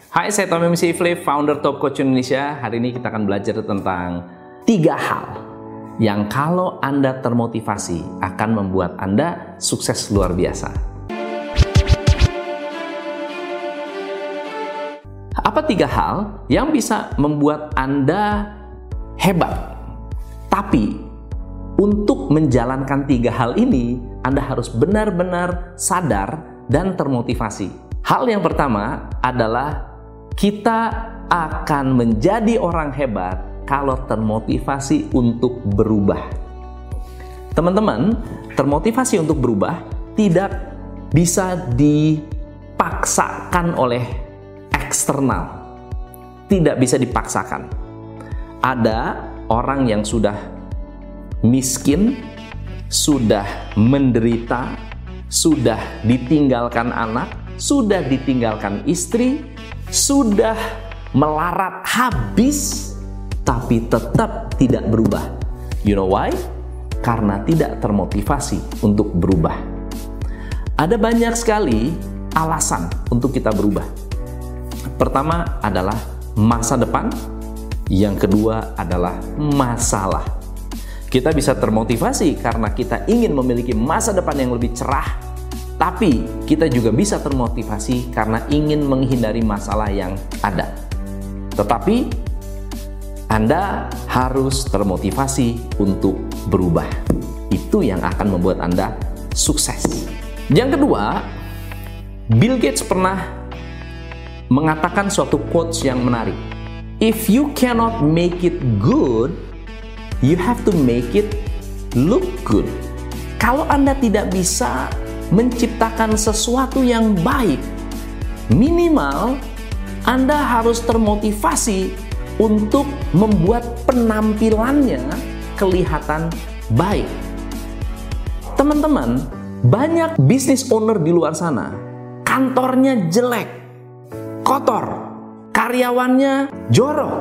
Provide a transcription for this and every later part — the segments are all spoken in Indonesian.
Hai, saya Tommy Msifle, founder Top Coach Indonesia. Hari ini kita akan belajar tentang 3 hal yang kalau Anda termotivasi akan membuat Anda sukses luar biasa. Apa 3 hal yang bisa membuat Anda hebat? Tapi untuk menjalankan 3 hal ini, Anda harus benar-benar sadar dan termotivasi. Hal yang pertama adalah kita akan menjadi orang hebat kalau termotivasi untuk berubah. Teman-teman, termotivasi untuk berubah tidak bisa dipaksakan oleh eksternal. Tidak bisa dipaksakan. Ada orang yang sudah miskin, sudah menderita, sudah ditinggalkan anak, sudah ditinggalkan istri, sudah melarat habis, tapi tetap tidak berubah. You know why? Karena tidak termotivasi untuk berubah. Ada banyak sekali alasan untuk kita berubah. Pertama adalah masa depan, yang kedua adalah masalah. Kita bisa termotivasi karena kita ingin memiliki masa depan yang lebih cerah, tapi kita juga bisa termotivasi karena ingin menghindari masalah yang ada. Tetapi Anda harus termotivasi untuk berubah. Itu yang akan membuat Anda sukses. Yang kedua, Bill Gates pernah mengatakan suatu quotes yang menarik. If you cannot make it good, you have to make it look good. Kalau Anda tidak bisa menciptakan sesuatu yang baik, minimal Anda harus termotivasi untuk membuat penampilannya kelihatan baik. Teman-teman, banyak business owner di luar sana, kantornya jelek, kotor, karyawannya jorok,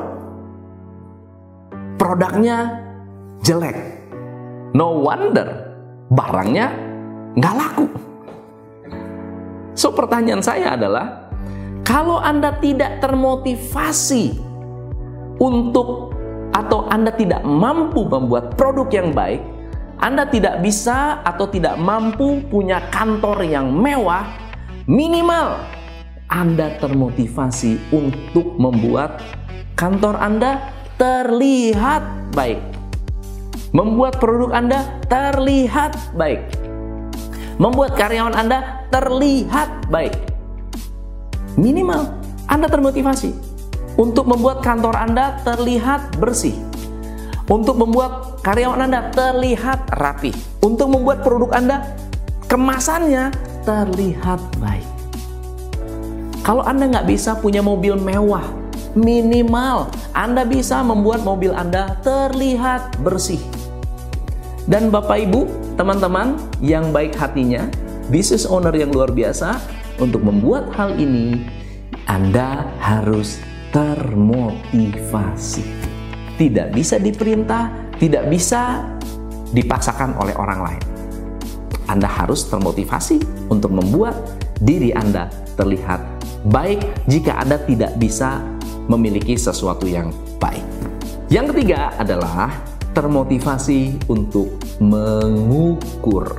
produknya jelek. No wonder barangnya nggak laku. So, pertanyaan saya adalah, kalau Anda tidak termotivasi untuk, atau Anda tidak mampu membuat produk yang baik, Anda tidak bisa atau tidak mampu punya kantor yang mewah, minimal Anda termotivasi untuk membuat kantor Anda terlihat baik, membuat produk Anda terlihat baik, membuat karyawan Anda terlihat baik. Minimal Anda termotivasi untuk membuat kantor Anda terlihat bersih, untuk membuat karyawan Anda terlihat rapi, untuk membuat produk Anda kemasannya terlihat baik. Kalau Anda nggak bisa punya mobil mewah, minimal Anda bisa membuat mobil Anda terlihat bersih. Dan Bapak Ibu, teman-teman yang baik hatinya, business owner yang luar biasa, untuk membuat hal ini Anda harus termotivasi. Tidak bisa diperintah, tidak bisa dipaksakan oleh orang lain. Anda harus termotivasi untuk membuat diri Anda terlihat baik jika Anda tidak bisa memiliki sesuatu yang baik. Yang ketiga adalah termotivasi untuk mengukur.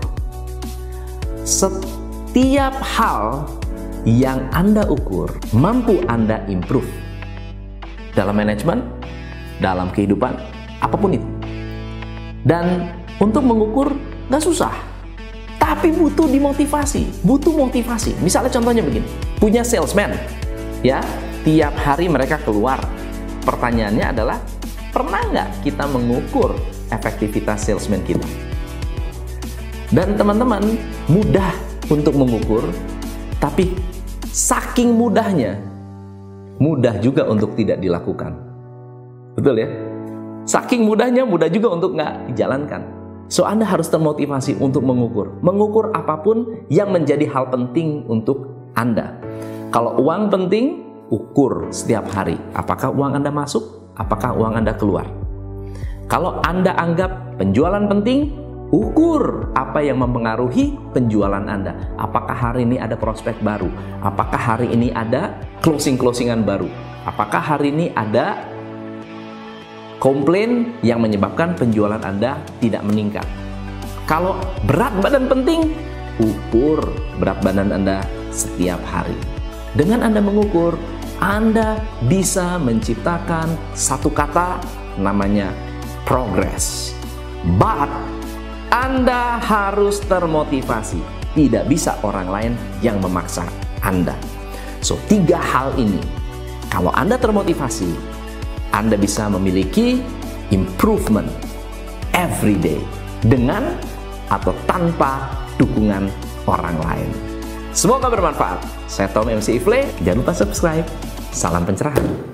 Setiap hal yang Anda ukur, mampu Anda improve. Dalam manajemen, dalam kehidupan, apapun itu. Dan untuk mengukur gak susah, tapi butuh dimotivasi, butuh motivasi. Misalnya contohnya begini, punya salesman, ya, tiap hari mereka keluar. Pertanyaannya adalah, pernah nggak kita mengukur efektivitas salesman kita? Dan teman-teman, mudah untuk mengukur, tapi saking mudahnya, mudah juga untuk tidak dilakukan. Betul ya? Saking mudahnya, mudah juga untuk nggak dijalankan. So, Anda harus termotivasi untuk mengukur. Mengukur apapun yang menjadi hal penting untuk Anda. Kalau uang penting, ukur setiap hari. Apakah uang Anda masuk? Apakah uang Anda keluar? Kalau Anda anggap penjualan penting, Ukur apa yang mempengaruhi penjualan Anda. Apakah hari ini ada prospek baru? Apakah hari ini ada closingan baru? Apakah hari ini ada komplain yang menyebabkan penjualan Anda tidak meningkat? Kalau berat badan penting, ukur berat badan Anda setiap hari. Dengan Anda mengukur, Anda bisa menciptakan satu kata namanya progress. But Anda harus termotivasi. Tidak bisa orang lain yang memaksa Anda. So, 3 hal ini. Kalau Anda termotivasi, Anda bisa memiliki improvement every day dengan atau tanpa dukungan orang lain. Semoga bermanfaat. Saya Tom MC Ifle. Jangan lupa subscribe. Salam pencerahan.